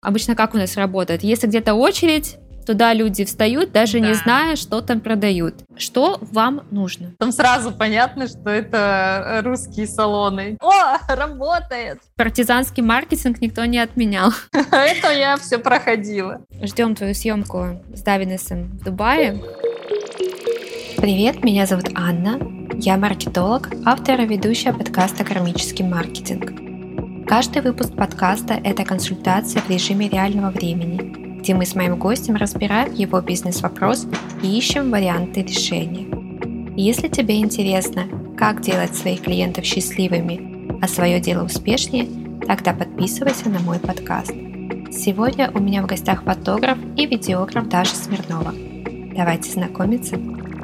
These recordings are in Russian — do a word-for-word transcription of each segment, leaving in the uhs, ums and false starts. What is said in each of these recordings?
Обычно как у нас работает? Если где-то очередь, туда люди встают, даже Да. не зная, что там продают. Что вам нужно? Там сразу понятно, что это русские салоны. О, работает! Партизанский маркетинг никто не отменял. Это я все проходила. Ждем твою съемку с Давинесом в Дубае. Привет, меня зовут Анна. Я маркетолог, автор и ведущая подкаста «Кармический маркетинг». Каждый выпуск подкаста – это консультация в режиме реального времени, где мы с моим гостем разбираем его бизнес-вопрос и ищем варианты решения. И если тебе интересно, как делать своих клиентов счастливыми, а свое дело успешнее, тогда подписывайся на мой подкаст. Сегодня у меня в гостях фотограф и видеограф Даша Смирнова. Давайте знакомиться.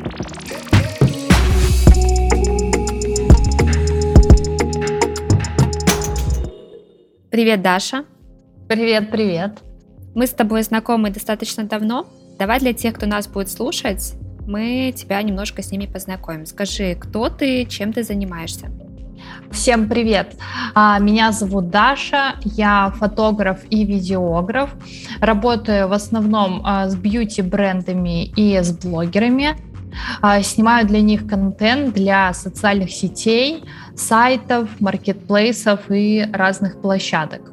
Привет, Даша. Привет, привет. Мы с тобой знакомы достаточно давно. Давай для тех, кто нас будет слушать, мы тебя немножко с ними познакомим. Скажи, кто ты, чем ты занимаешься? Всем привет. Меня зовут Даша, я фотограф и видеограф. Работаю в основном с бьюти-брендами и с блогерами. Снимаю для них контент для социальных сетей, сайтов, маркетплейсов и разных площадок.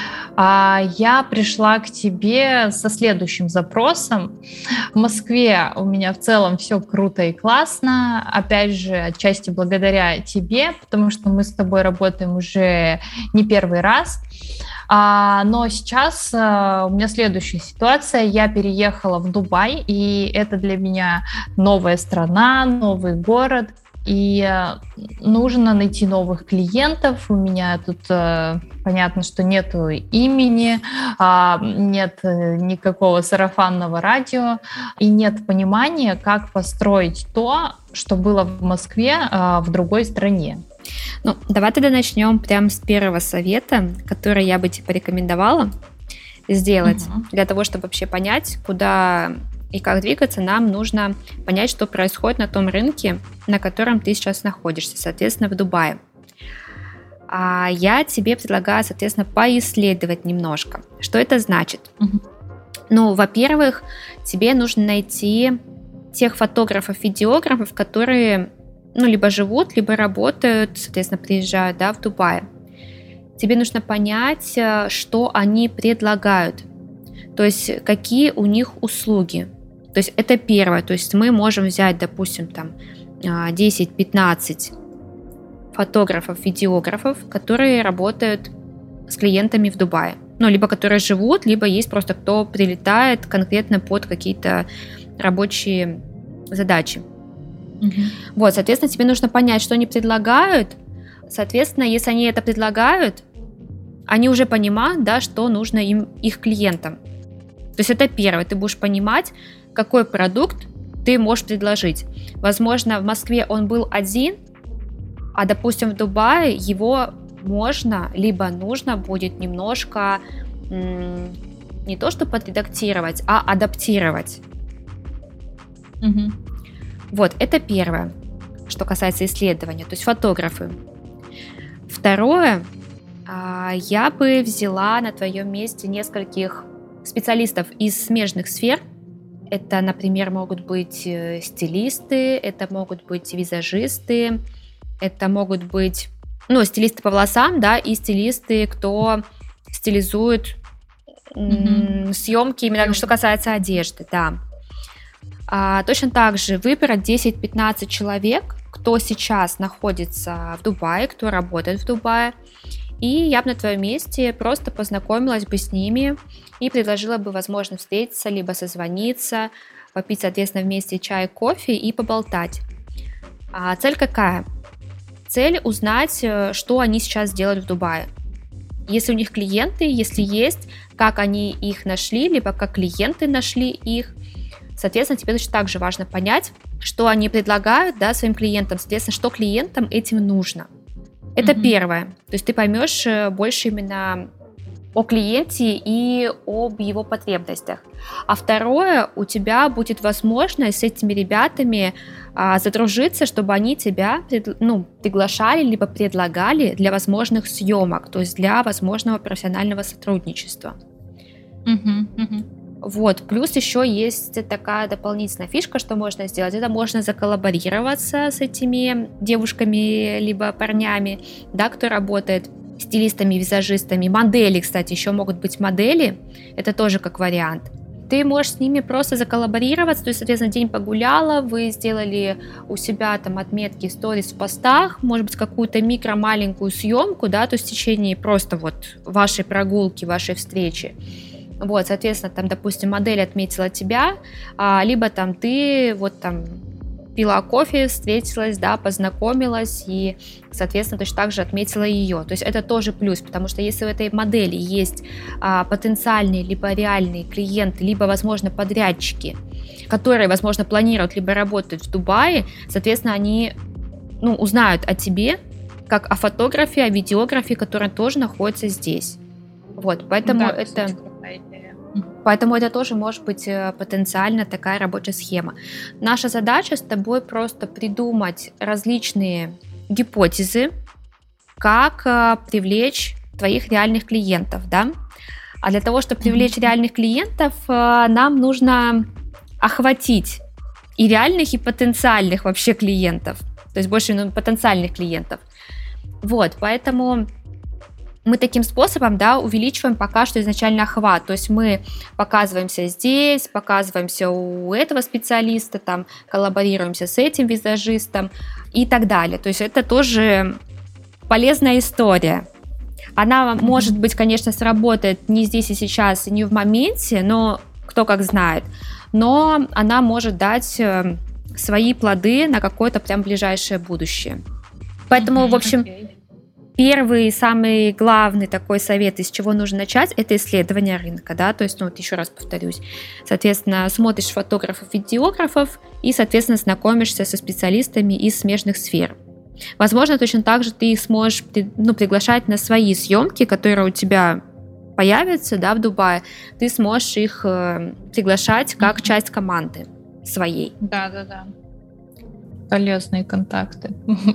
Я пришла к тебе со следующим запросом. В Москве у меня в целом все круто и классно. Опять же, отчасти благодаря тебе, потому что мы с тобой работаем уже не первый раз. Но сейчас у меня следующая ситуация. Я переехала в Дубай, и это для меня новая страна, новый город. И нужно найти новых клиентов. У меня тут понятно, что нету имени, нет никакого сарафанного радио и нет понимания, как построить то, что было в Москве, в другой стране. Ну, давай тогда начнем прямо с первого совета, который я бы тебе порекомендовала сделать. Угу. Для того, чтобы вообще понять, куда и как двигаться, нам нужно понять, что происходит на том рынке, на котором ты сейчас находишься, соответственно, в Дубае. А я тебе предлагаю, соответственно, поисследовать немножко. Что это значит? Угу. Ну, во-первых, тебе нужно найти тех фотографов, видеографов, которые, ну, либо живут, либо работают, соответственно, приезжают, да, в Дубай. Тебе нужно понять, что они предлагают, то есть какие у них услуги. То есть это первое, то есть мы можем взять, допустим, там десять-пятнадцать фотографов, видеографов, которые работают с клиентами в Дубае. Ну, либо которые живут, либо есть просто кто прилетает конкретно под какие-то рабочие задачи. Mm-hmm. Вот, соответственно, тебе нужно понять, что они предлагают. Соответственно, если они это предлагают, они уже понимают, да, что нужно им, их клиентам. То есть это первое, ты будешь понимать, какой продукт ты можешь предложить. Возможно, в Москве он был один, а, допустим, в Дубае его можно, либо нужно будет немножко м- не то что подредактировать, а адаптировать. Угу. Вот, это первое, что касается исследования, то есть фотографы. Второе, я бы взяла на твоем месте нескольких специалистов из смежных сфер. Это, например, могут быть стилисты, это могут быть визажисты, это могут быть, ну, стилисты по волосам, да, и стилисты, кто стилизует mm-hmm. съемки, именно что касается одежды, да. А, точно так же выбрать десять-пятнадцать человек, кто сейчас находится в Дубае, кто работает в Дубае, и я бы на твоем месте просто познакомилась бы с ними и предложила бы возможность встретиться, либо созвониться, попить, соответственно, вместе чай, кофе и поболтать. А цель какая? Цель узнать, что они сейчас делают в Дубае. Если у них клиенты, если есть, как они их нашли, либо как клиенты нашли их. Соответственно, тебе точно так же важно понять, что они предлагают, да, своим клиентам, соответственно, что клиентам этим нужно. Это mm-hmm. первое. То есть ты поймешь больше именно о клиенте и об его потребностях. А второе, у тебя будет возможность с этими ребятами а, задружиться, чтобы они тебя пред, ну, приглашали либо предлагали для возможных съемок, то есть для возможного профессионального сотрудничества. Угу, угу. Вот, плюс еще есть такая дополнительная фишка, что можно сделать. Это можно заколлаборироваться с этими девушками либо парнями, да, кто работает стилистами, визажистами. Модели, кстати, еще могут быть модели, это тоже как вариант. Ты можешь с ними просто заколлаборироваться, то есть, соответственно, день погуляла, вы сделали у себя там отметки, сторис в постах, может быть, какую-то микро-маленькую съемку, да, то есть в течение просто вот вашей прогулки, вашей встречи. Вот, соответственно, там, допустим, модель отметила тебя, а, либо там ты вот там пила кофе, встретилась, да, познакомилась и, соответственно, точно так же отметила ее. То есть это тоже плюс, потому что если в этой модели есть а, потенциальные либо реальные клиенты, либо, возможно, подрядчики, которые, возможно, планируют либо работать в Дубае, соответственно, они, ну, узнают о тебе, как о фотографе, о видеографе, который тоже находится здесь. Вот, поэтому да, это... Поэтому это тоже может быть потенциально такая рабочая схема. Наша задача с тобой просто придумать различные гипотезы, как привлечь твоих реальных клиентов, да? А для того, чтобы привлечь реальных клиентов, нам нужно охватить и реальных, и потенциальных вообще клиентов, то есть больше ну, потенциальных клиентов. Вот, поэтому... Мы таким способом, да, увеличиваем пока что изначально охват, то есть мы показываемся здесь, показываемся у этого специалиста, там, коллаборируемся с этим визажистом и так далее. То есть это тоже полезная история. Она, mm-hmm. может быть, конечно, сработает не здесь и сейчас, и не в моменте, но кто как знает, но она может дать свои плоды на какое-то прям ближайшее будущее. Поэтому, mm-hmm. в общем... Okay. Первый, самый главный такой совет, из чего нужно начать, это исследование рынка, да, то есть, ну вот еще раз повторюсь, соответственно, смотришь фотографов, видеографов и, соответственно, знакомишься со специалистами из смежных сфер. Возможно, точно так же ты их сможешь, ну, приглашать на свои съемки, которые у тебя появятся, да, в Дубае, ты сможешь их э, приглашать как mm-hmm. часть команды своей. Да-да-да. Полезные контакты.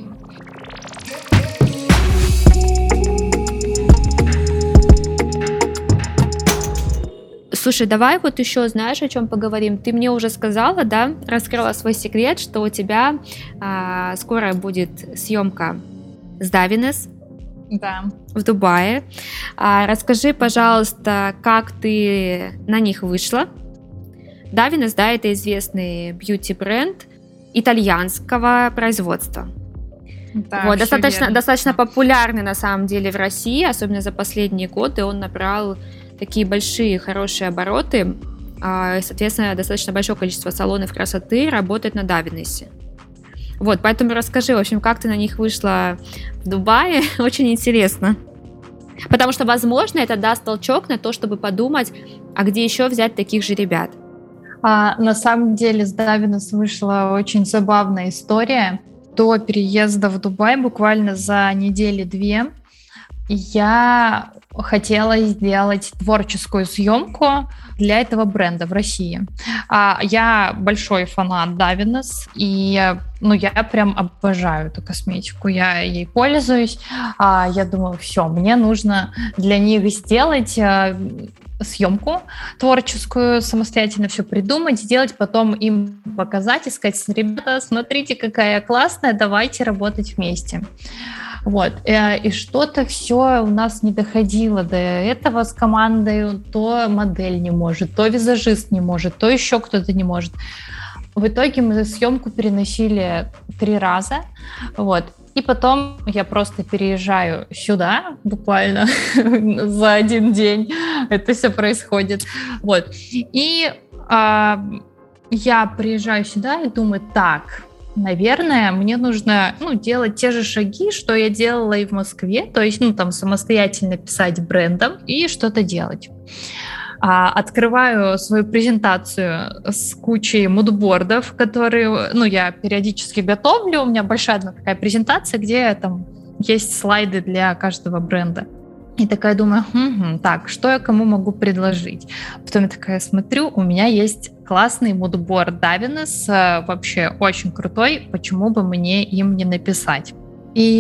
Слушай, давай вот еще, знаешь, о чем поговорим? Ты мне уже сказала, да, раскрыла свой секрет, что у тебя а, скоро будет съемка с Davines. Да. В Дубае. А, расскажи, пожалуйста, как ты на них вышла? Davines, да, это известный бьюти-бренд итальянского производства. Да, вот, достаточно, достаточно популярный на самом деле в России, особенно за последние годы. Он набрал такие большие, хорошие обороты, и, соответственно, достаточно большое количество салонов красоты работает на Davines. Вот, поэтому расскажи, в общем, как ты на них вышла в Дубае, очень интересно. Потому что, возможно, это даст толчок на то, чтобы подумать, а где еще взять таких же ребят. А, на самом деле с Davines вышла очень забавная история. До переезда в Дубай, буквально за недели-две, я хотела сделать творческую съемку для этого бренда в России. Я большой фанат Davines, и ну, я прям обожаю эту косметику, я ей пользуюсь. Я думала, все, мне нужно для них сделать съемку творческую, самостоятельно все придумать, сделать, потом им показать и сказать: ребята, смотрите, какая я классная, давайте работать вместе. Вот. И что-то все у нас не доходило до этого с командой, то модель не может, то визажист не может, то еще кто-то не может. В итоге мы съемку переносили три раза, вот. И потом я просто переезжаю сюда, буквально за один день это все происходит. Вот. И а, я приезжаю сюда и думаю: так, наверное, мне нужно ну, делать те же шаги, что я делала и в Москве, то есть ну, там, самостоятельно писать брендом и что-то делать. А, открываю свою презентацию с кучей мудбордов, которые ну, я периодически готовлю. У меня большая одна такая презентация, где там есть слайды для каждого бренда. И такая думаю: угу, так, что я кому могу предложить? Потом я такая смотрю, у меня есть классный мудборд Davines, вообще очень крутой, почему бы мне им не написать? И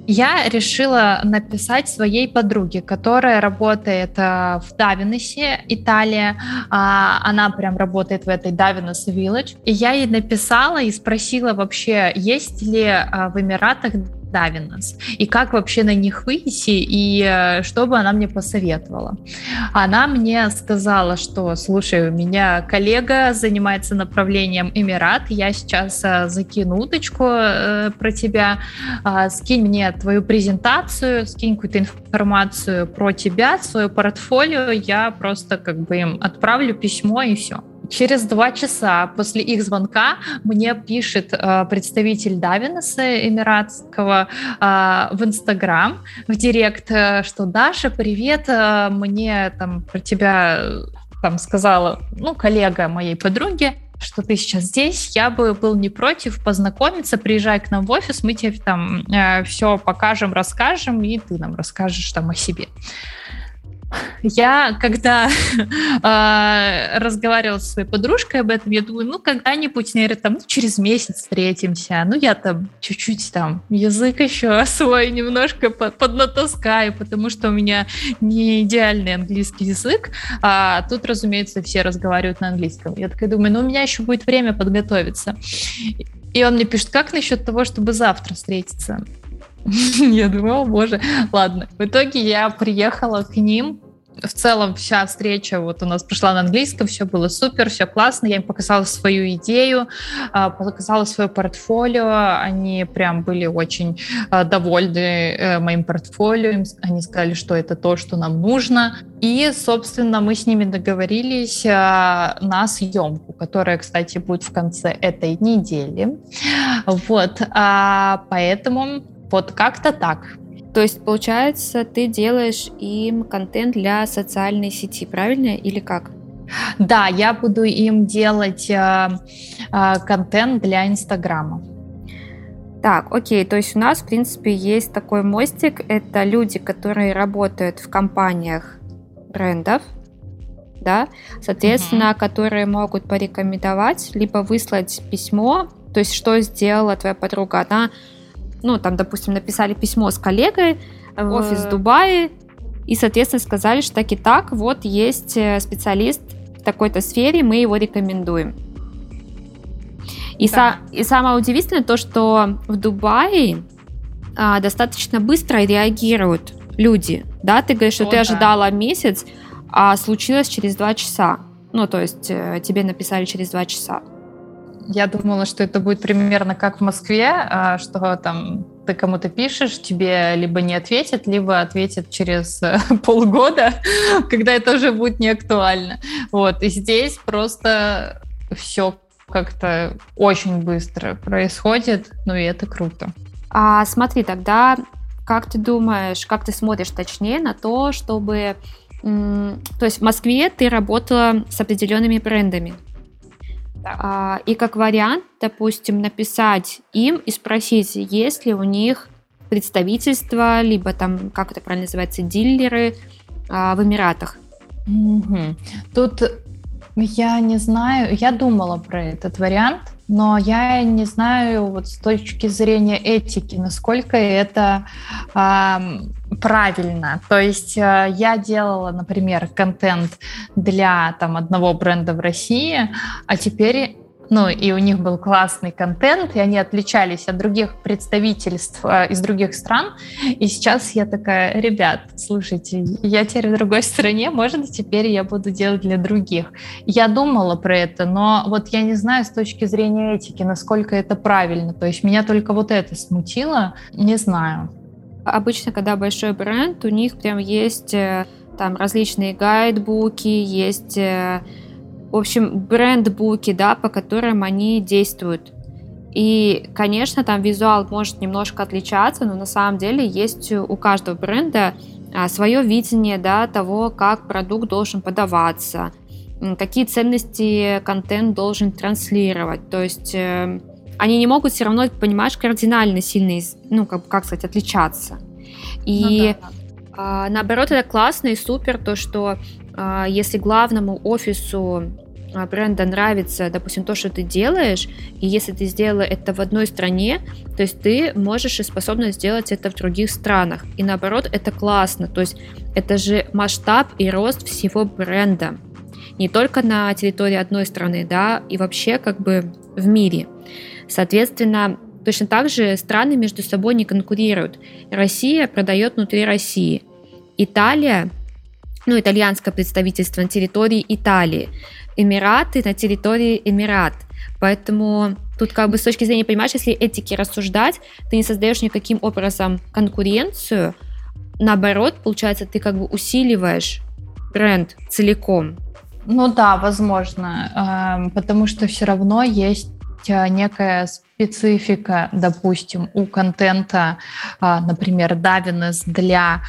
Я решила написать своей подруге, которая работает в Давиносе, Италия. Она прям работает в этой Davines Village. И я ей написала и спросила вообще, есть ли в Эмиратах Davines, и как вообще на них выйти, и что бы она мне посоветовала. Она мне сказала, что, слушай, у меня коллега занимается направлением Эмират, я сейчас закину уточку про тебя, скинь мне твою презентацию, скинь какую-то информацию про тебя, свое портфолио, я просто как бы им отправлю письмо и все. Через два часа после их звонка мне пишет э, представитель Давинеса эмиратского э, в Инстаграм, в директ, э, что Даша, привет, э, мне там про тебя там сказала, ну, коллега моей подруги, что ты сейчас здесь, я бы был не против познакомиться, приезжай к нам в офис, мы тебе там э, все покажем, расскажем, и ты нам расскажешь там о себе. Я, когда э, разговаривала со своей подружкой об этом, я думаю, ну, когда-нибудь, наверное, там, ну, через месяц встретимся. Ну, я там чуть-чуть там язык еще свой немножко под, поднатаскаю, потому что у меня не идеальный английский язык, а тут, разумеется, все разговаривают на английском. Я такая думаю, ну, у меня еще будет время подготовиться. И он мне пишет, как насчет того, чтобы завтра встретиться? Я думаю, о боже, ладно. В итоге я приехала к ним. В целом вся встреча вот у нас прошла на английском, все было супер, все классно. Я им показала свою идею, показала свое портфолио. Они прям были очень довольны моим портфолио. Они сказали, что это то, что нам нужно. И, собственно, мы с ними договорились на съемку, которая, кстати, будет в конце этой недели. Вот, поэтому вот как-то так. То есть, получается, ты делаешь им контент для социальной сети, правильно? Или как? Да, я буду им делать э, э, контент для Инстаграма. Так, окей, то есть у нас, в принципе, есть такой мостик. Это люди, которые работают в компаниях брендов, да, соответственно, mm-hmm. которые могут порекомендовать, либо выслать письмо. То есть, что сделала твоя подруга? Она ну, там, допустим, написали письмо с коллегой в офис в Дубае, и, соответственно, сказали, что так и так, вот есть специалист в такой-то сфере, мы его рекомендуем. И, да. са- и самое удивительное то, что в Дубае а, достаточно быстро реагируют люди, да, ты говоришь, что О, ты да. ожидала месяц, а случилось через два часа, ну, то есть тебе написали через два часа. Я думала, что это будет примерно как в Москве, что там ты кому-то пишешь, тебе либо не ответят, либо ответят через полгода, когда это уже будет не актуально. Вот. И здесь просто все как-то очень быстро происходит, ну и это круто. А смотри, тогда как ты думаешь, как ты смотришь точнее на то, чтобы... То есть в Москве ты работала с определенными брендами. Да. И как вариант, допустим, написать им и спросить, есть ли у них представительство, либо там, как это правильно называется, дилеры в Эмиратах. Угу. Тут я не знаю, я думала про этот вариант, но я не знаю вот с точки зрения этики, насколько это э, правильно. То есть э, я делала, например, контент для там, одного бренда в России, а теперь... Ну, и у них был классный контент, и они отличались от других представительств э, из других стран. И сейчас я такая, ребят, слушайте, я теперь в другой стране, может, теперь я буду делать для других. Я думала про это, но вот я не знаю с точки зрения этики, насколько это правильно. То есть меня только вот это смутило, не знаю. Обычно, когда большой бренд, у них прям есть там различные гайдбуки, есть... В общем, бренд-буки, да, по которым они действуют. И, конечно, там визуал может немножко отличаться, но на самом деле есть у каждого бренда свое видение, да, того, как продукт должен подаваться, какие ценности контент должен транслировать. То есть э, они не могут все равно, понимаешь, кардинально сильно, ну, как, как сказать, отличаться. И ну, да. э, наоборот, это классно и супер, то, что если главному офису бренда нравится, допустим, то, что ты делаешь, и если ты сделала это в одной стране, то есть ты можешь и способна сделать это в других странах. И наоборот, это классно. То есть это же масштаб и рост всего бренда. Не только на территории одной страны, да, и вообще как бы в мире. Соответственно, точно так же страны между собой не конкурируют. Россия продает внутри России. Италия, ну, итальянское представительство на территории Италии. Эмираты на территории Эмират. Поэтому тут как бы с точки зрения, понимаешь, если этики рассуждать, ты не создаешь никаким образом конкуренцию, наоборот, получается, ты как бы усиливаешь бренд целиком. Ну да, возможно, потому что все равно есть некая специфика, допустим, у контента, например, Давинес для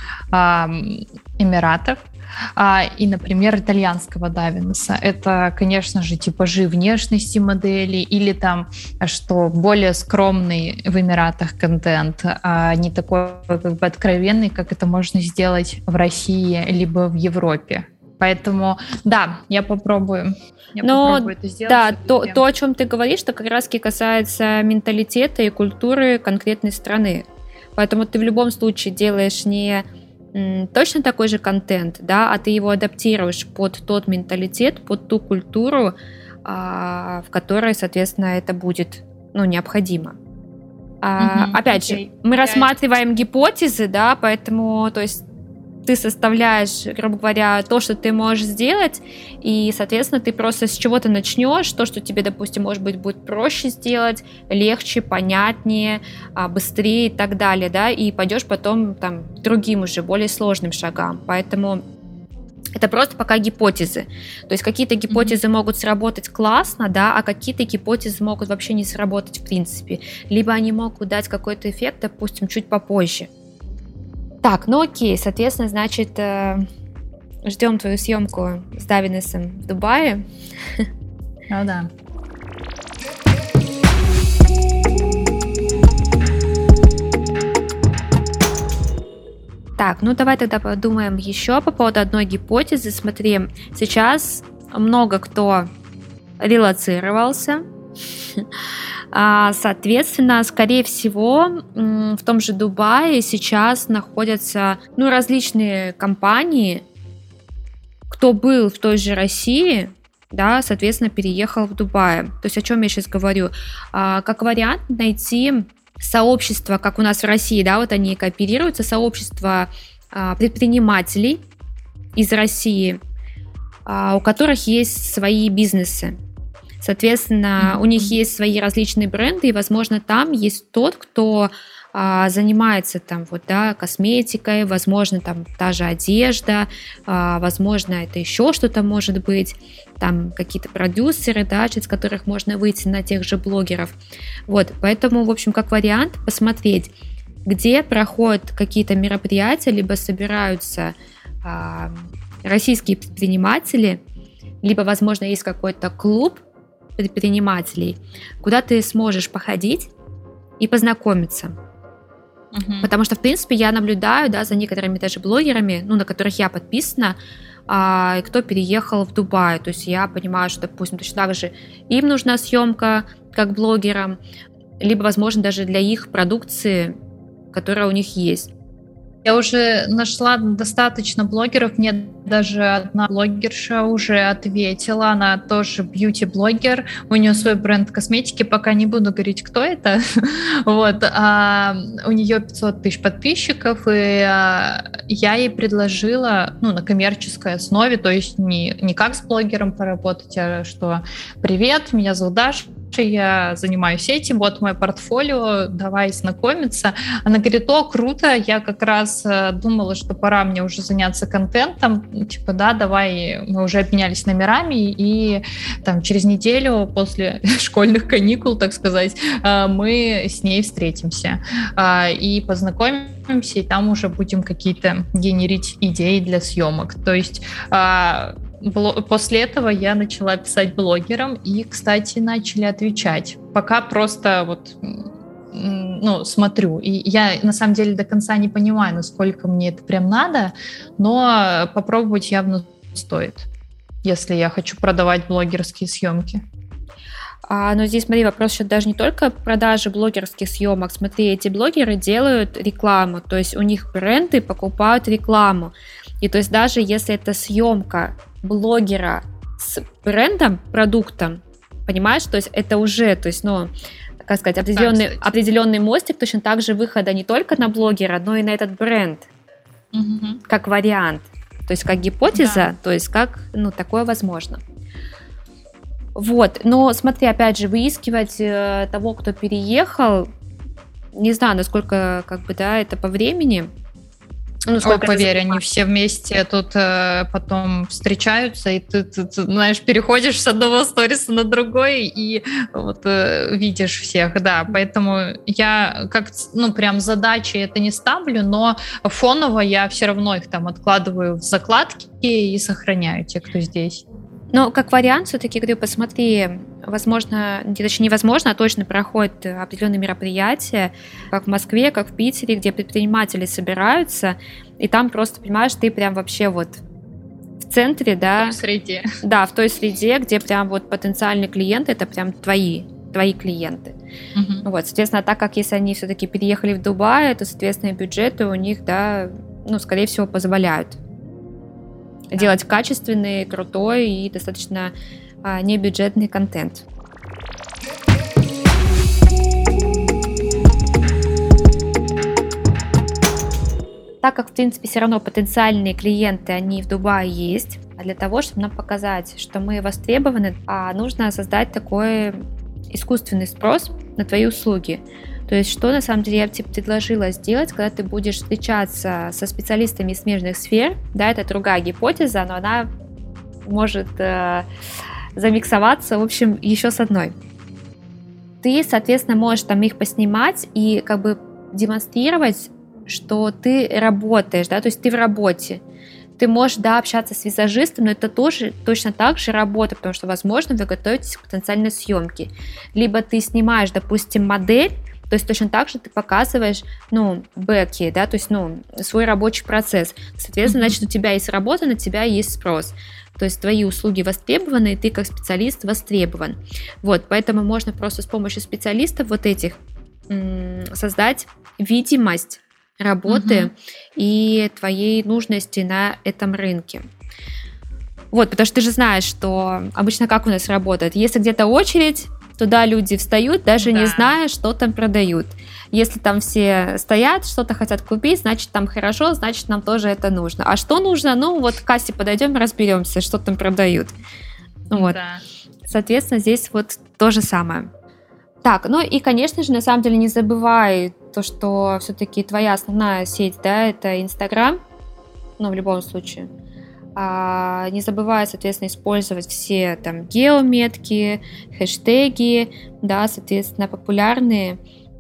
Эмиратов, и, например, итальянского Давинеса. Это, конечно же, типажи внешности модели или там, что более скромный в Эмиратах контент, а не такой как бы откровенный, как это можно сделать в России либо в Европе. Поэтому, да, я попробую. Я Но, попробую это сделать. Да, то, то, о чем ты говоришь, что как раз касается менталитета и культуры конкретной страны. Поэтому ты в любом случае делаешь не м, точно такой же контент, да, а ты его адаптируешь под тот менталитет, под ту культуру, а, в которой, соответственно, это будет, ну, необходимо. А, угу, опять окей. же, мы я... рассматриваем гипотезы, да, поэтому, то есть, ты составляешь, грубо говоря, то, что ты можешь сделать, и, соответственно, ты просто с чего-то начнешь, то, что тебе, допустим, может быть, будет проще сделать, легче, понятнее, быстрее и так далее, да, и пойдешь потом там к другим уже более сложным шагам. Поэтому это просто пока гипотезы. То есть какие-то гипотезы mm-hmm. могут сработать классно, да, а какие-то гипотезы могут вообще не сработать в принципе. Либо они могут дать какой-то эффект, допустим, чуть попозже. Так, ну окей, соответственно, значит, э, ждем твою съемку с Давинесом в Дубае. Ну да. Так, ну давай тогда подумаем еще по поводу одной гипотезы. Смотри, сейчас много кто релоцировался. Соответственно, скорее всего, в том же Дубае сейчас находятся, ну, различные компании. Кто был в той же России, да, соответственно, переехал в Дубай. То есть о чем я сейчас говорю? Как вариант найти сообщество, как у нас в России, да, вот они кооперируются, сообщество предпринимателей из России, у которых есть свои бизнесы. Соответственно, mm-hmm. у них есть свои различные бренды, и, возможно, там есть тот, кто а, занимается там, вот, да, косметикой, возможно, там та же одежда, а, возможно, это еще что-то может быть, там какие-то продюсеры, да, через которых можно выйти на тех же блогеров. Вот, поэтому, в общем, как вариант, посмотреть, где проходят какие-то мероприятия, либо собираются а, российские предприниматели, либо, возможно, есть какой-то клуб предпринимателей, куда ты сможешь походить и познакомиться. Uh-huh. Потому что, в принципе, я наблюдаю, да, за некоторыми даже блогерами, ну, на которых я подписана, а, кто переехал в Дубай. То есть я понимаю, что, допустим, точно так же им нужна съемка как блогерам, либо, возможно, даже для их продукции, которая у них есть. Я уже нашла достаточно блогеров, мне даже одна блогерша уже ответила, она тоже бьюти-блогер, у нее свой бренд косметики, пока не буду говорить, кто это, вот, а у нее пятьсот тысяч подписчиков, и а, я ей предложила, ну, на коммерческой основе, то есть не, не как с блогером поработать, а что «Привет, меня зовут Даша, я занимаюсь этим, вот мое портфолио, давай знакомиться». Она говорит: о, круто, я как раз думала, что пора мне уже заняться контентом, типа, да, давай, мы уже обменялись номерами, и там через неделю после школьных каникул, так сказать, мы с ней встретимся и познакомимся, и там уже будем какие-то генерить идеи для съемок. То есть после этого я начала писать блогерам, и, кстати, начали отвечать. Пока просто вот, ну, смотрю. И я, на самом деле, до конца не понимаю, насколько мне это прям надо, но попробовать явно стоит. если я хочу продавать блогерские съемки? А, но здесь, смотри, вопрос еще даже не только продажи блогерских съемок. Смотри, эти блогеры делают рекламу, то есть у них бренды покупают рекламу. И то есть даже если это съемка блогера с брендом, продуктом, понимаешь, то есть это уже, то есть, ну, как сказать, определенный, да, определенный мостик точно так же выхода не только на блогера, но и на этот бренд, угу. Как вариант, то есть как гипотеза, да. То есть как, ну, такое возможно. Вот, но смотри, опять же, выискивать э, того, кто переехал, не знаю, насколько, как бы, да, это по времени. Ну, Ой, поверь, они все вместе тут э, потом встречаются, и ты, ты, ты, знаешь, переходишь с одного сториса на другой, и вот э, видишь всех, да, поэтому я как, ну, прям задачи это не ставлю, но фоново я все равно их там откладываю в закладки и сохраняю те, кто здесь. Но как вариант, все-таки, говорю, посмотри, возможно, точнее невозможно, а точно проходят определенные мероприятия, как в Москве, как в Питере, где предприниматели собираются, и там просто, понимаешь, ты прям вообще вот в центре, да. В той среде. Да, в той среде, где прям вот потенциальные клиенты, это прям твои, твои клиенты. Угу. Вот, соответственно, так как если они все-таки переехали в Дубай, то, соответственно, бюджеты у них, да, ну, скорее всего, позволяют делать качественный, крутой и достаточно а, небюджетный контент. Так как, в принципе, все равно потенциальные клиенты, они в Дубае есть, а для того, чтобы нам показать, что мы востребованы, а нужно создать такой искусственный спрос на твои услуги. То есть, что на самом деле я бы тебе предложила сделать, когда ты будешь встречаться со специалистами из смежных сфер, да, это другая гипотеза, но она может э, замиксоваться, в общем, еще с одной. Ты, соответственно, можешь там их поснимать и как бы демонстрировать, что ты работаешь, да, то есть ты в работе. Ты можешь, да, общаться с визажистом, но это тоже точно так же работа, потому что, возможно, вы готовитесь к потенциальной съемке. Либо ты снимаешь, допустим, модель, то есть точно так же ты показываешь, ну, бэки, да, то есть, ну, свой рабочий процесс. Соответственно, значит, у тебя есть работа, на тебя есть спрос. То есть твои услуги востребованы, и ты как специалист востребован. Вот, поэтому можно просто с помощью специалистов вот этих м- создать видимость работы uh-huh. и твоей нужности на этом рынке. Вот, потому что ты же знаешь, что обычно как у нас работает. Если где-то очередь, туда люди встают, даже да. не зная, что там продают. Если там все стоят, что-то хотят купить, значит, там хорошо, значит, нам тоже это нужно. А что нужно? Ну, вот к кассе подойдем, разберемся, что там продают. Вот. Да. Соответственно, здесь вот то же самое. Так, ну и, конечно же, на самом деле не забывай то, что все-таки твоя основная сеть, да, это Инстаграм, ну, в любом случае. А, не забывай, соответственно, использовать все там геометки, хэштеги, да, соответственно, популярные,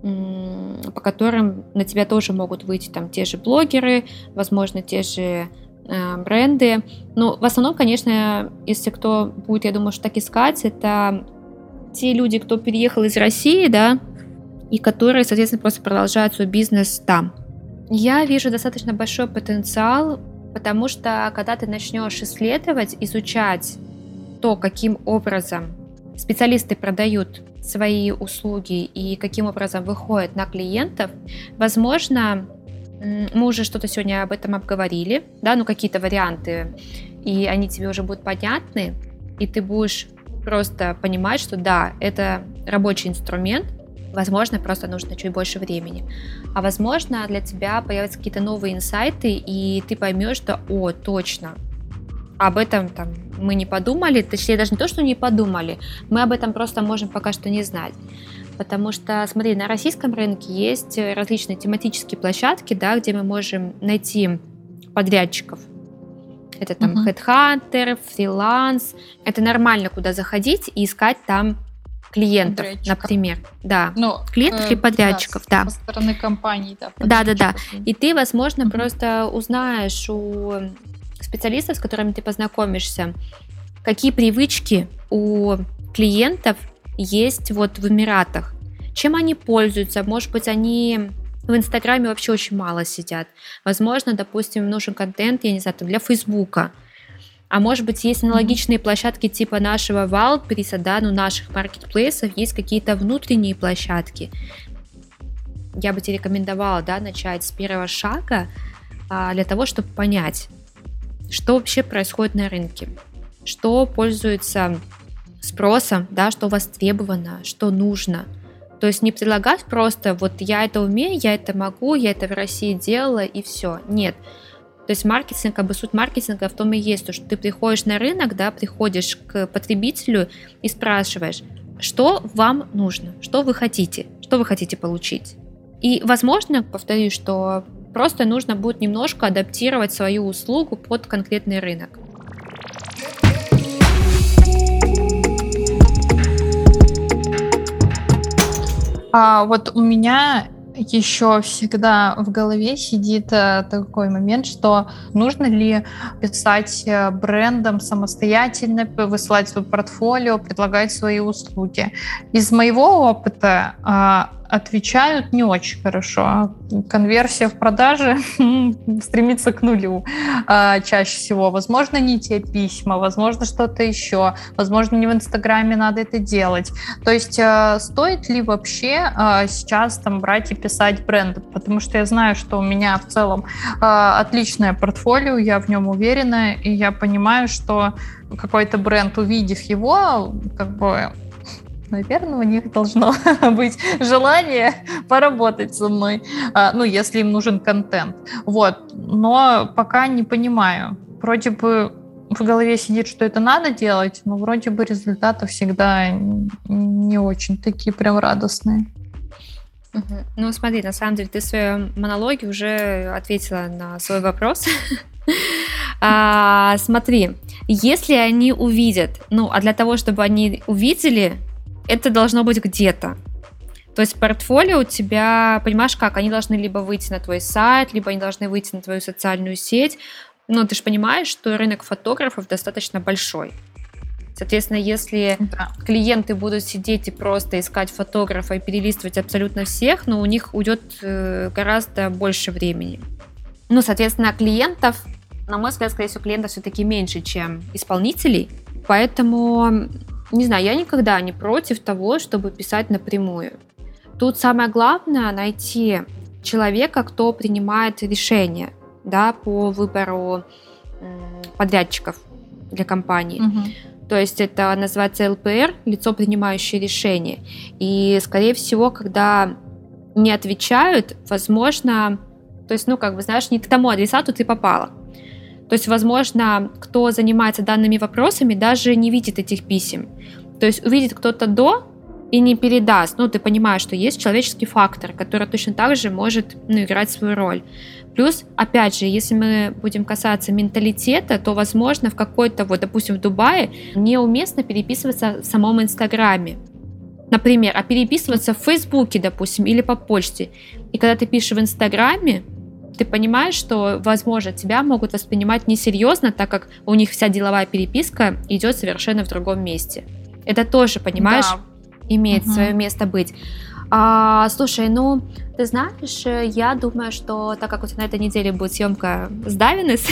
м- по которым на тебя тоже могут выйти там те же блогеры, возможно, те же э, бренды. Но в основном, конечно, если кто будет, я думаю, что так искать, это те люди, кто переехал из России, да, и которые, соответственно, просто продолжают свой бизнес там. Я вижу достаточно большой потенциал, потому что когда ты начнешь исследовать, изучать то, каким образом специалисты продают свои услуги и каким образом выходят на клиентов, возможно, мы уже что-то сегодня об этом обговорили, да, ну какие-то варианты, и они тебе уже будут понятны, и ты будешь просто понимать, что да, это рабочий инструмент, возможно, просто нужно чуть больше времени. А возможно, для тебя появятся какие-то новые инсайты, и ты поймешь, что, о, точно, об этом там мы не подумали, точнее, даже не то, что не подумали, мы об этом просто можем пока что не знать. Потому что, смотри, на российском рынке есть различные тематические площадки, да, где мы можем найти подрядчиков. Это там uh-huh. Headhunter, фриланс. Это нормально, куда заходить и искать там клиентов, например. Да, ну, клиентов э, и подрядчиков, да. Со стороны компаний, да. Да-да-да. И ты, возможно, uh-huh. просто узнаешь у специалистов, с которыми ты познакомишься, какие привычки у клиентов есть вот в Эмиратах. Чем они пользуются? Может быть, они в Инстаграме вообще очень мало сидят. Возможно, допустим, нужен контент, я не знаю, там, для Фейсбука. А может быть, есть аналогичные mm-hmm. площадки типа нашего Wildberries, да, ну, наших маркетплейсов, есть какие-то внутренние площадки. Я бы тебе рекомендовала, да, начать с первого шага а, для того, чтобы понять, что вообще происходит на рынке, что пользуется спросом, да, что востребовано, что нужно. То есть не предлагать просто вот я это умею, я это могу, я это в России делала и все. Нет. То есть маркетинг, как бы суть маркетинга в том и есть, то, что ты приходишь на рынок, да, приходишь к потребителю и спрашиваешь, что вам нужно, что вы хотите, что вы хотите получить. И, возможно, повторюсь, что просто нужно будет немножко адаптировать свою услугу под конкретный рынок. А вот у меня еще всегда в голове сидит э, такой момент, что нужно ли писать брендом самостоятельно, высылать свое портфолио, предлагать свои услуги. Из моего опыта э, отвечают не очень хорошо. Конверсия в продаже стремится к нулю э, чаще всего. Возможно, не те письма, возможно, что-то еще. Возможно, не в Инстаграме надо это делать. То есть э, стоит ли вообще э, сейчас там брать и писать бренды? Потому что я знаю, что у меня в целом э, отличное портфолио, я в нем уверена, и я понимаю, что какой-то бренд, увидев его, как бы... наверное, у них должно быть желание поработать со мной, ну, если им нужен контент. Вот. Но пока не понимаю. Вроде бы в голове сидит, что это надо делать, но вроде бы результаты всегда не очень такие прям радостные. Угу. Ну, смотри, на самом деле, ты в своем монологе уже ответила на свой вопрос. а, смотри, если они увидят, ну, а для того, чтобы они увидели, это должно быть где-то. То есть портфолио у тебя, понимаешь как, они должны либо выйти на твой сайт, либо они должны выйти на твою социальную сеть. Ну, ты же понимаешь, что рынок фотографов достаточно большой. Соответственно, если да. клиенты будут сидеть и просто искать фотографа и перелистывать абсолютно всех, ну, у них уйдет э, гораздо больше времени. Ну, соответственно, клиентов, на мой взгляд, скорее всего, клиентов все-таки меньше, чем исполнителей. Поэтому... не знаю, я никогда не против того, чтобы писать напрямую. Тут самое главное найти человека, кто принимает решения, да, по выбору подрядчиков для компании. Угу. То есть это называется эл пи эр, лицо, принимающее решения. И, скорее всего, когда не отвечают, возможно, то есть, ну, как бы, знаешь, не к тому адресату ты попала. То есть, возможно, кто занимается данными вопросами, даже не видит этих писем. То есть увидит кто-то до и не передаст. Ну, ты понимаешь, что есть человеческий фактор, который точно так же может, ну, играть свою роль. Плюс, опять же, если мы будем касаться менталитета, то, возможно, в какой-то, вот, допустим, в Дубае неуместно переписываться в самом Инстаграме. Например, а переписываться в Фейсбуке, допустим, или по почте. И когда ты пишешь в Инстаграме, ты понимаешь, что, возможно, тебя могут воспринимать несерьезно, так как у них вся деловая переписка идет совершенно в другом месте. Это тоже, понимаешь, да. имеет угу. свое место быть. А, слушай, ну, ты знаешь, я думаю, что так как у тебя на этой неделе будет съемка с Давинес,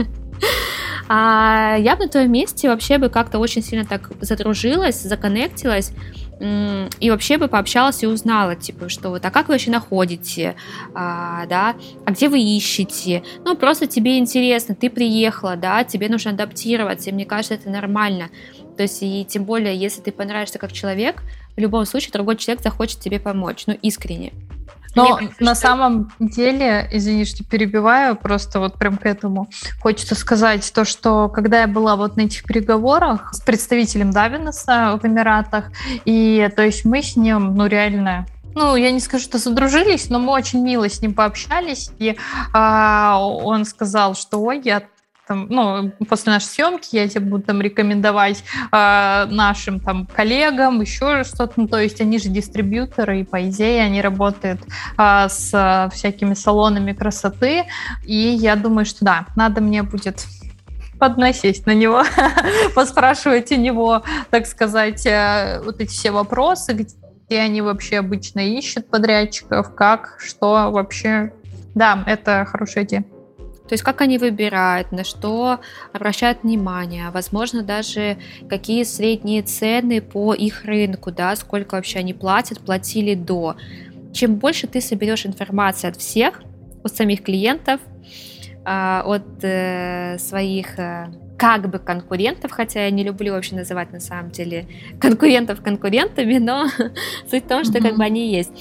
я бы на твоем месте вообще бы как-то очень сильно так задружилась, законнектилась, и вообще бы пообщалась и узнала, типа, что вот, а как вы вообще находите, а, да, а где вы ищете, ну, просто тебе интересно, ты приехала, да, тебе нужно адаптироваться, и мне кажется, это нормально, то есть, и тем более, если ты понравишься как человек, в любом случае другой человек захочет тебе помочь, ну, искренне. Но Мне на что... самом деле, извини, что перебиваю, просто вот прям к этому хочется сказать то, что когда я была вот на этих переговорах с представителем Давинеса в Эмиратах, и то есть мы с ним, ну реально, ну я не скажу, что задружились, но мы очень мило с ним пообщались, и а, он сказал, что ой, я Там, ну, после нашей съемки я тебе буду там рекомендовать э, нашим там коллегам, еще что-то. Ну, то есть они же дистрибьюторы, и по идее они работают э, с э, всякими салонами красоты. И я думаю, что да, надо мне будет поднасесть на него, поспрашивать у него, так сказать, э, вот эти все вопросы, где они вообще обычно ищут подрядчиков, как, что вообще. Да, это хорошая идея. То есть как они выбирают, на что обращают внимание, возможно, даже какие средние цены по их рынку, да, сколько вообще они платят, платили до. Чем больше ты соберешь информации от всех, от самих клиентов, от своих как бы конкурентов, хотя я не люблю вообще называть на самом деле конкурентов конкурентами, но суть в том, что mm-hmm. как бы они есть,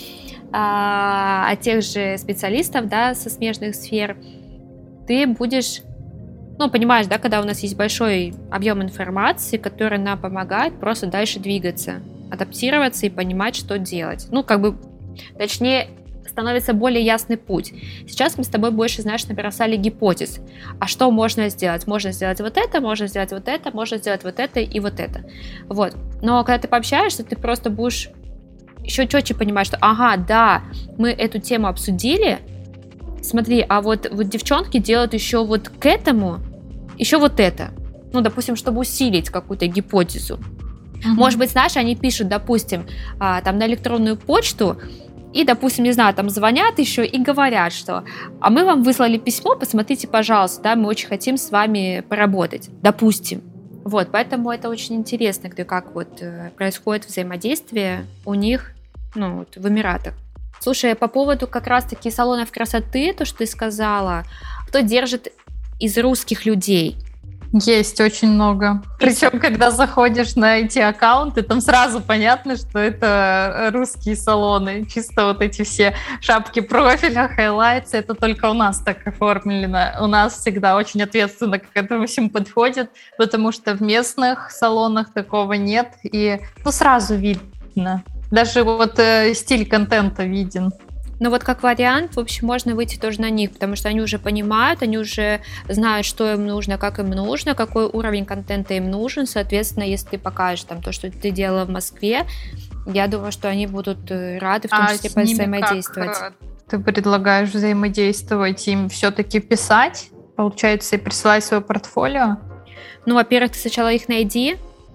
от тех же специалистов, да, со смежных сфер, ты будешь, ну, понимаешь, да, когда у нас есть большой объем информации, который нам помогает просто дальше двигаться, адаптироваться и понимать, что делать. Ну, как бы, точнее, становится более ясный путь. Сейчас мы с тобой больше, знаешь, набросали гипотез. А что можно сделать? Можно сделать вот это, можно сделать вот это, можно сделать вот это и вот это. Вот. Но когда ты пообщаешься, ты просто будешь еще четче понимать, что ага, да, мы эту тему обсудили, смотри, а вот, вот девчонки делают еще вот к этому, еще вот это. Ну, допустим, чтобы усилить какую-то гипотезу. Uh-huh. Может быть, знаешь, они пишут, допустим, а, там на электронную почту, и, допустим, не знаю, там звонят еще и говорят, что а мы вам выслали письмо, посмотрите, пожалуйста, да, мы очень хотим с вами поработать, допустим. Вот, поэтому это очень интересно, как вот происходит взаимодействие у них, ну, вот, в Эмиратах. Слушай, по поводу как раз-таки салонов красоты, то, что ты сказала, кто держит из русских людей? Есть очень много. Причем, когда заходишь на эти аккаунты, там сразу понятно, что это русские салоны. Чисто вот эти все шапки профиля, хайлайтсы, это только у нас так оформлено. У нас всегда очень ответственно к этому всем подходят, потому что в местных салонах такого нет. И ну, сразу видно. Даже вот э, стиль контента виден. Но вот как вариант, в общем, можно выйти тоже на них, потому что они уже понимают, они уже знают, что им нужно, как им нужно, какой уровень контента им нужен. Соответственно, если ты покажешь там то, что ты делала в Москве, я думаю, что они будут рады в том а числе взаимодействовать. Как ты предлагаешь взаимодействовать, им все-таки писать, получается, и присылать свое портфолио? Ну, во-первых, ты сначала их найди,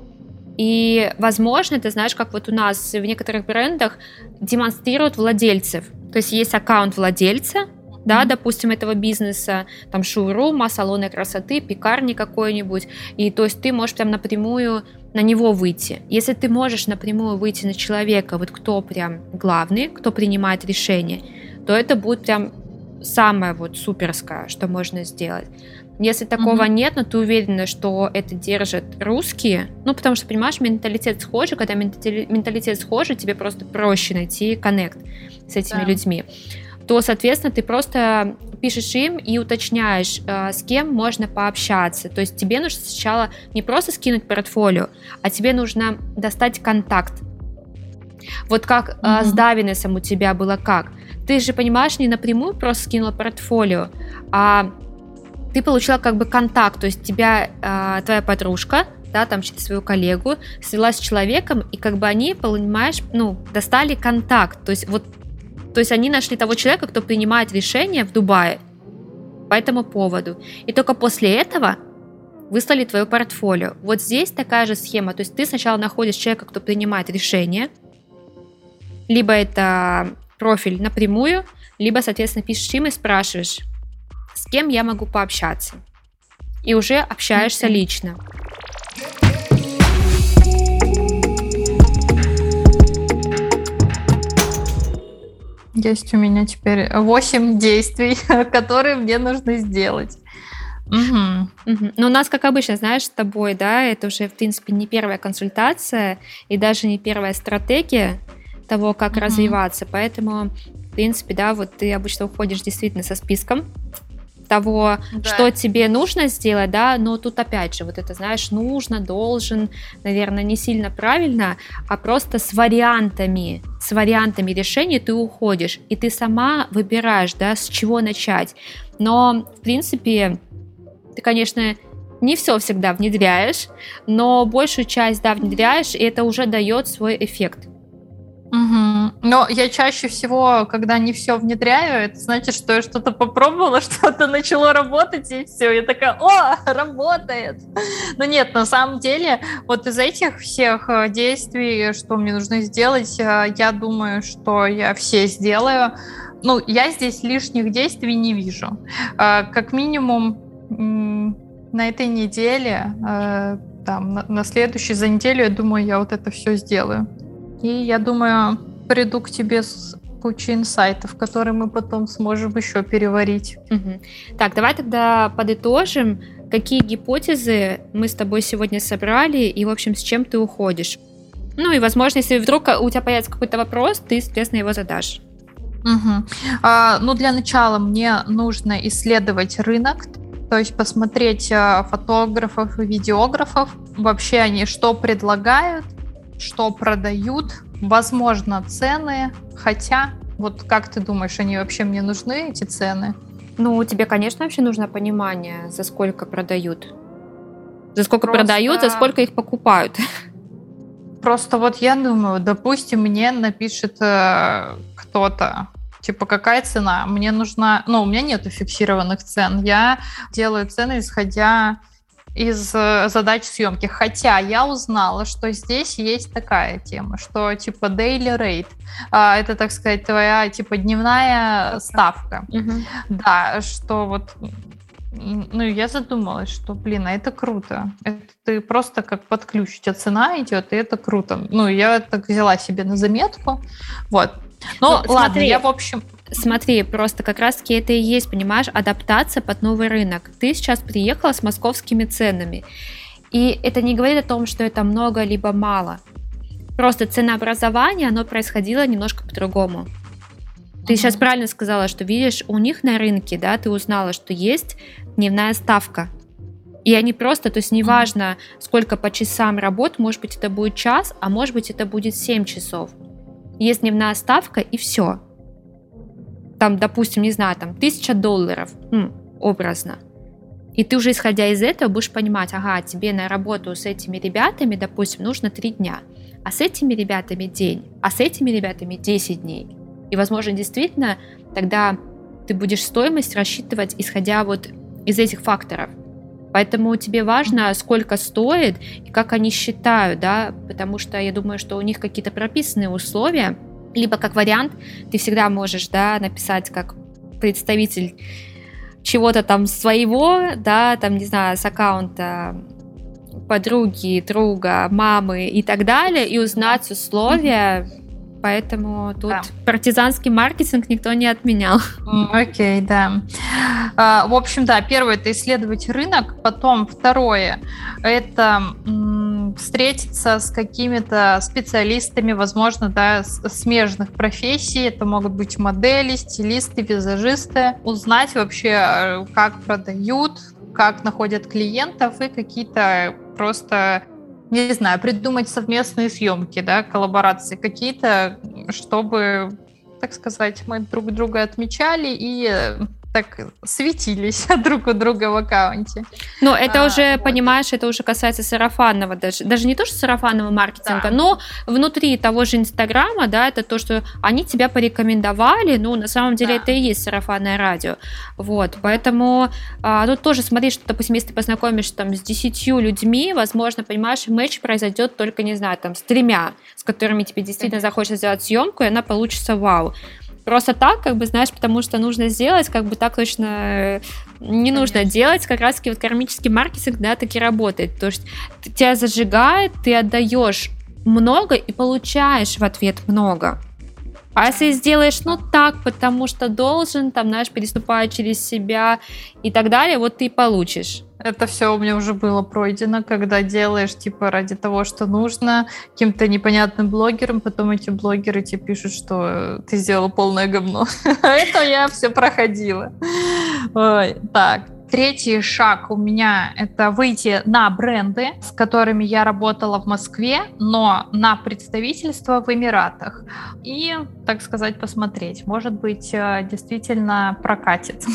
и, возможно, ты знаешь, как вот у нас в некоторых брендах демонстрируют владельцев. То есть есть аккаунт владельца, mm-hmm. да, допустим, этого бизнеса, там шоурума, салона красоты, пекарни какой-нибудь, и то есть ты можешь прям напрямую на него выйти. Если ты можешь напрямую выйти на человека, вот кто прям главный, кто принимает решение, то это будет прям самое вот суперское, что можно сделать. Если такого mm-hmm. нет, но ты уверена, что это держат русские, ну, потому что, понимаешь, менталитет схожий, когда менталитет схожий, тебе просто проще найти коннект с этими да. людьми, то, соответственно, ты просто пишешь им и уточняешь, с кем можно пообщаться. То есть тебе нужно сначала не просто скинуть портфолио, а тебе нужно достать контакт. Вот как mm-hmm. с Давинесом у тебя было как? Ты же, понимаешь, не напрямую просто скинула портфолио, а ты получила как бы контакт, то есть тебя э, твоя подружка, да, там через свою коллегу, свелась с человеком, и как бы они, понимаешь, ну, достали контакт, то есть вот, то есть они нашли того человека, кто принимает решение в Дубае по этому поводу, и только после этого выслали твое портфолио. Вот здесь такая же схема, то есть ты сначала находишь человека, кто принимает решение, либо это профиль напрямую, либо, соответственно, пишешь им и спрашиваешь, с кем я могу пообщаться. И уже общаешься okay. лично. Есть у меня теперь восемь действий, которые мне нужно сделать. Угу. Угу. Но у нас, как обычно, знаешь, с тобой, да, это уже, в принципе, не первая консультация и даже не первая стратегия того, как угу. развиваться. Поэтому, в принципе, да, вот ты обычно уходишь действительно со списком того, да. что тебе нужно сделать, да, но тут опять же, вот это, знаешь, нужно, должен, наверное, не сильно правильно, а просто с вариантами, с вариантами решений ты уходишь, и ты сама выбираешь, да, с чего начать. Но, в принципе, ты, конечно, не все всегда внедряешь, но большую часть, да, внедряешь, и это уже дает свой эффект. Угу. Но я чаще всего, когда не все внедряю, это значит, что я что-то попробовала, что-то начало работать, и все. Я такая, о, работает. Но нет, на самом деле, вот из этих всех действий, что мне нужно сделать, я думаю, что я все сделаю. ну, я здесь лишних действий не вижу. Как минимум на этой неделе, там, на следующей, за неделю, я думаю, я вот это все сделаю. И я думаю, приду к тебе с кучей инсайтов, которые мы потом сможем еще переварить. Угу. Так, давай тогда подытожим, какие гипотезы мы с тобой сегодня собрали и, в общем, с чем ты уходишь. Ну и, возможно, если вдруг у тебя появится какой-то вопрос, ты, соответственно, его задашь. Угу. А, ну, для начала мне нужно исследовать рынок, то есть посмотреть фотографов и видеографов, вообще они что предлагают, что продают, возможно, цены, хотя, вот как ты думаешь, они вообще мне нужны, эти цены? Ну, тебе, конечно, вообще нужно понимание, за сколько продают. За сколько Просто... продают, за сколько их покупают. Просто вот я думаю, допустим, мне напишет э, кто-то, типа, какая цена? Мне нужна... Ну, у меня нету фиксированных цен. Я делаю цены, исходя из э, задач съемки. Хотя я узнала, что здесь есть такая тема, что, типа, daily rate. Э, это, так сказать, твоя, типа, дневная ставка. Угу. Да, что вот... Ну, я задумалась, что, блин, а это круто. Это ты просто как под ключ, у тебя цена идет, и это круто. Ну, я так взяла себе на заметку. Вот. Ну, ну ладно, смотри, я, в общем... Смотри, просто как раз-таки это и есть, понимаешь, адаптация под новый рынок. Ты сейчас приехала с московскими ценами, и это не говорит о том, что это много либо мало. Просто ценообразование, оно происходило немножко по-другому. Ты сейчас правильно сказала, что видишь, у них на рынке, да, ты узнала, что есть дневная ставка. И они просто, то есть неважно, сколько по часам работ, может быть, это будет час, а может быть, это будет семь часов. Есть дневная ставка, и все. Там, допустим, не знаю, там, тысяча долларов, м, образно. И ты уже, исходя из этого, будешь понимать, ага, тебе на работу с этими ребятами, допустим, нужно три дня, а с этими ребятами день, а с этими ребятами десять дней. И, возможно, действительно, тогда ты будешь стоимость рассчитывать, исходя вот из этих факторов. Поэтому тебе важно, сколько стоит и как они считают, да, потому что я думаю, что у них какие-то прописанные условия, либо как вариант ты всегда можешь, да, написать как представитель чего-то там своего, да, там, не знаю, с аккаунта подруги, друга, мамы и так далее, и узнать условия. Поэтому тут да. партизанский маркетинг никто не отменял. Окей, okay, да. А, в общем, да, первое – это исследовать рынок. Потом второе – это м, встретиться с какими-то специалистами, возможно, да, с, смежных профессий. Это могут быть модели, стилисты, визажисты. Узнать вообще, как продают, как находят клиентов и какие-то просто... не знаю, придумать совместные съемки, да, коллаборации какие-то, чтобы, так сказать, мы друг друга отмечали и так светились друг у друга в аккаунте. Ну, это а, уже, вот. Понимаешь, это уже касается сарафанного, даже, даже не то, что сарафанного маркетинга, да. но внутри того же Инстаграма, да, это то, что они тебя порекомендовали, ну, на самом деле да. это и есть сарафанное радио, вот, поэтому а, тут тоже смотри, что, допустим, если ты познакомишься там с десятью людьми, возможно, понимаешь, матч произойдет только, не знаю, там, с тремя, с которыми тебе действительно захочется сделать съемку, и она получится вау. Просто так, как бы, знаешь, потому что нужно сделать, как бы так точно не нужно Конечно. делать. Как раз-таки вот кармический маркетинг, да, таки работает. То есть тебя зажигает, ты отдаешь много и получаешь в ответ много. А если сделаешь, ну, так, потому что должен, там, знаешь, переступая через себя и так далее, вот ты и получишь. Это все у меня уже было пройдено, когда делаешь, типа, ради того, что нужно, каким-то непонятным блогерам, потом эти блогеры тебе пишут, что ты сделала полное говно. Это я все проходила. Ой, так. Третий шаг у меня – это выйти на бренды, с которыми я работала в Москве, но на представительство в Эмиратах. И, так сказать, посмотреть. Может быть, действительно прокатит.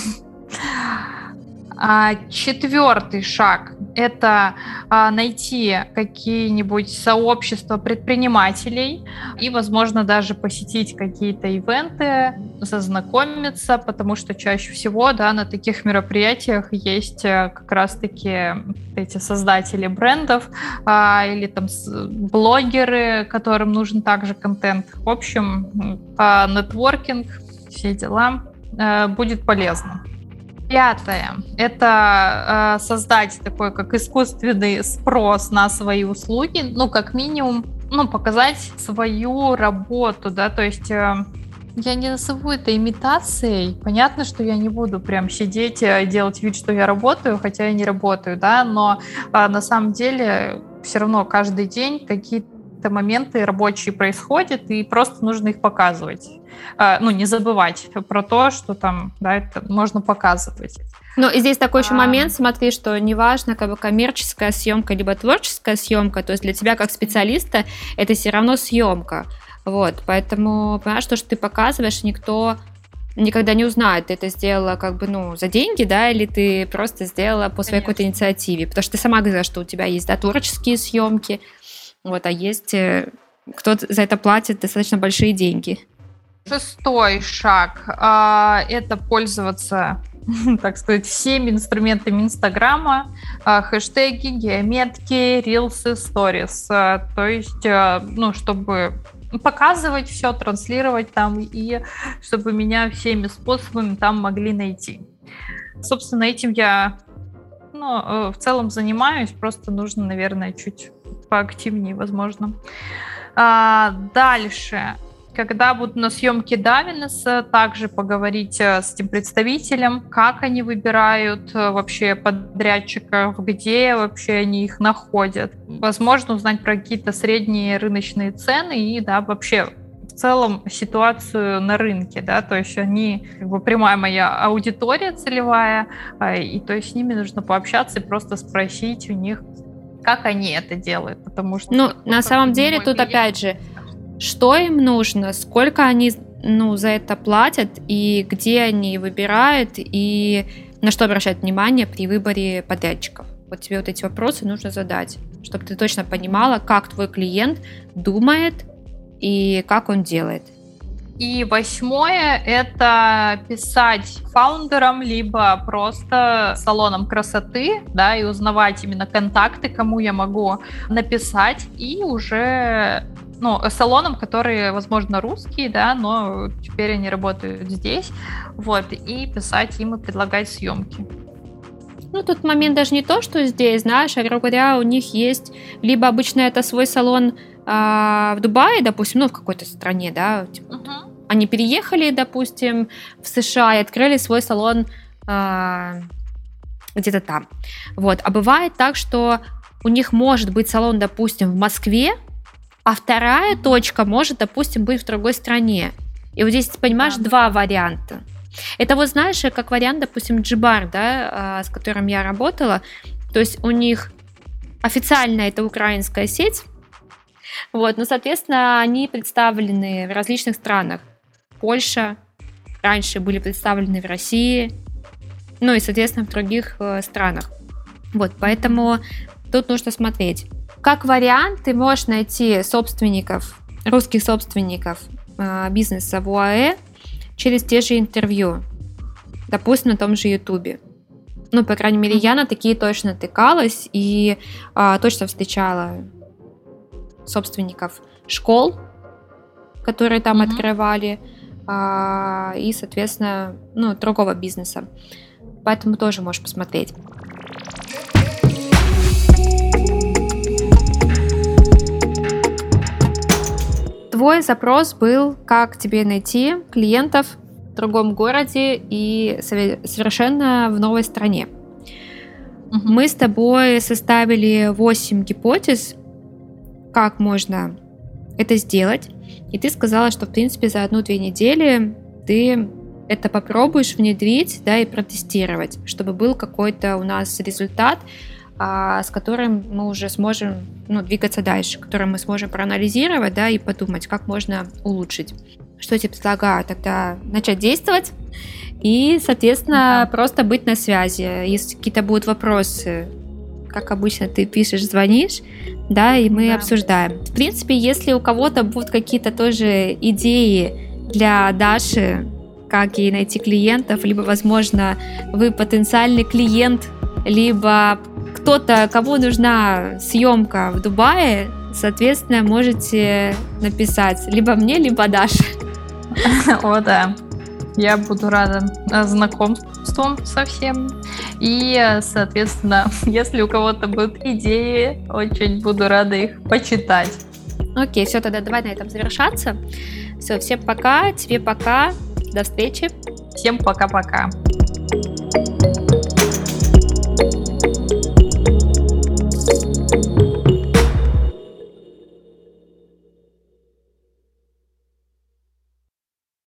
А четвертый шаг – это а, найти какие-нибудь сообщества предпринимателей и, возможно, даже посетить какие-то ивенты, зазнакомиться, потому что чаще всего, да, на таких мероприятиях есть как раз-таки эти создатели брендов а, или там блогеры, которым нужен также контент. В общем, а, нетворкинг. все дела. Будет полезно. Пятое – это э, создать такой, как искусственный спрос на свои услуги, ну, как минимум, ну, показать свою работу, да, то есть э, я не назову это имитацией. Понятно, что я не буду прям сидеть и делать вид, что я работаю, хотя я не работаю, да, но э, на самом деле все равно каждый день какие-то моменты рабочие происходят, и просто нужно их показывать. Ну, не забывать про то, что там, да, это можно показывать. Ну, и здесь такой еще а... момент, смотри, что неважно, как бы коммерческая съемка, либо творческая съемка, то есть для тебя как специалиста это все равно съемка. Вот, поэтому, понимаешь, то, что ты показываешь, никто никогда не узнает, ты это сделала как бы, ну, за деньги, да, или ты просто сделала по своей какой-то инициативе. Потому что ты сама говорила, что у тебя есть, да, творческие съемки, вот, а есть кто за это платит достаточно большие деньги. Шестой шаг – это пользоваться, так сказать, всеми инструментами Инстаграма, хэштеги, геометки, рилсы, сторис. То есть, ну, чтобы показывать все, транслировать там, и чтобы меня всеми способами там могли найти. Собственно, этим я, ну, в целом занимаюсь, просто нужно, наверное, чуть поактивнее, возможно. Дальше. Когда будут на съемке Давинеса, также поговорить с этим представителем, как они выбирают вообще подрядчиков, где вообще они их находят. Возможно, узнать про какие-то средние рыночные цены и, да, вообще в целом ситуацию на рынке, да, то есть они, как бы, прямая моя аудитория целевая, и то есть с ними нужно пообщаться и просто спросить у них, как они это делают, потому что... Ну, на самом деле, тут клиент... опять же, что им нужно, сколько они, ну, за это платят, и где они выбирают, и на что обращать внимание при выборе подрядчиков. Вот тебе вот эти вопросы нужно задать, чтобы ты точно понимала, как твой клиент думает и как он делает. И восьмое – это писать фаундерам, либо просто салонам красоты, да, и узнавать именно контакты, кому я могу написать, и уже... Ну, салонам, которые, возможно, русские, да, но теперь они работают здесь, вот, и писать им и предлагать съемки. Ну, тут момент даже не то, что здесь, знаешь, а, грубо говоря, у них есть, либо обычно это свой салон а, в Дубае, допустим, ну, в какой-то стране, да, типа, uh-huh. Они переехали, допустим, в США и открыли свой салон а, где-то там, вот, а бывает так, что у них может быть салон, допустим, в Москве, а вторая точка может, допустим, быть в другой стране. И вот здесь, ты понимаешь, да, два да. варианта. Это вот, знаешь, как вариант, допустим, Джибар, да, с которым я работала. То есть у них официально это украинская сеть, вот, но, соответственно, они представлены в различных странах. Польша, раньше были представлены в России, ну и, соответственно, в других э, странах. Вот, поэтому тут нужно смотреть. Как вариант, ты можешь найти собственников, русских собственников э, бизнеса в ОАЭ через те же интервью, допустим, на том же Ютубе. Ну, по крайней мере, я на такие точно натыкалась и э, точно встречала собственников школ, которые там mm-hmm. открывали, э, и, соответственно, ну, другого бизнеса. Поэтому тоже можешь посмотреть. Твой запрос был, как тебе найти клиентов в другом городе и совершенно в новой стране. Uh-huh. Мы с тобой составили восемь гипотез, как можно это сделать. И ты сказала, что, в принципе, за одну-две недели ты это попробуешь внедрить, да, и протестировать, чтобы был какой-то у нас результат, а, с которым мы уже сможем, ну, двигаться дальше, который мы сможем проанализировать, да, и подумать, как можно улучшить. Что я тебе предлагаю? Тогда начать действовать и, соответственно, да. просто быть на связи. Если какие-то будут вопросы, как обычно, ты пишешь, звонишь, да, и мы да. обсуждаем. В принципе, если у кого-то будут какие-то тоже идеи для Даши, как ей найти клиентов, либо, возможно, вы потенциальный клиент, либо кто-то, кому нужна съемка в Дубае, соответственно, можете написать либо мне, либо Даше. О, да. Я буду рада знакомству со всем. И, соответственно, если у кого-то будут идеи, очень буду рада их почитать. Окей, все, тогда давай на этом завершаться. Все, всем пока, тебе пока, до встречи. Всем пока-пока.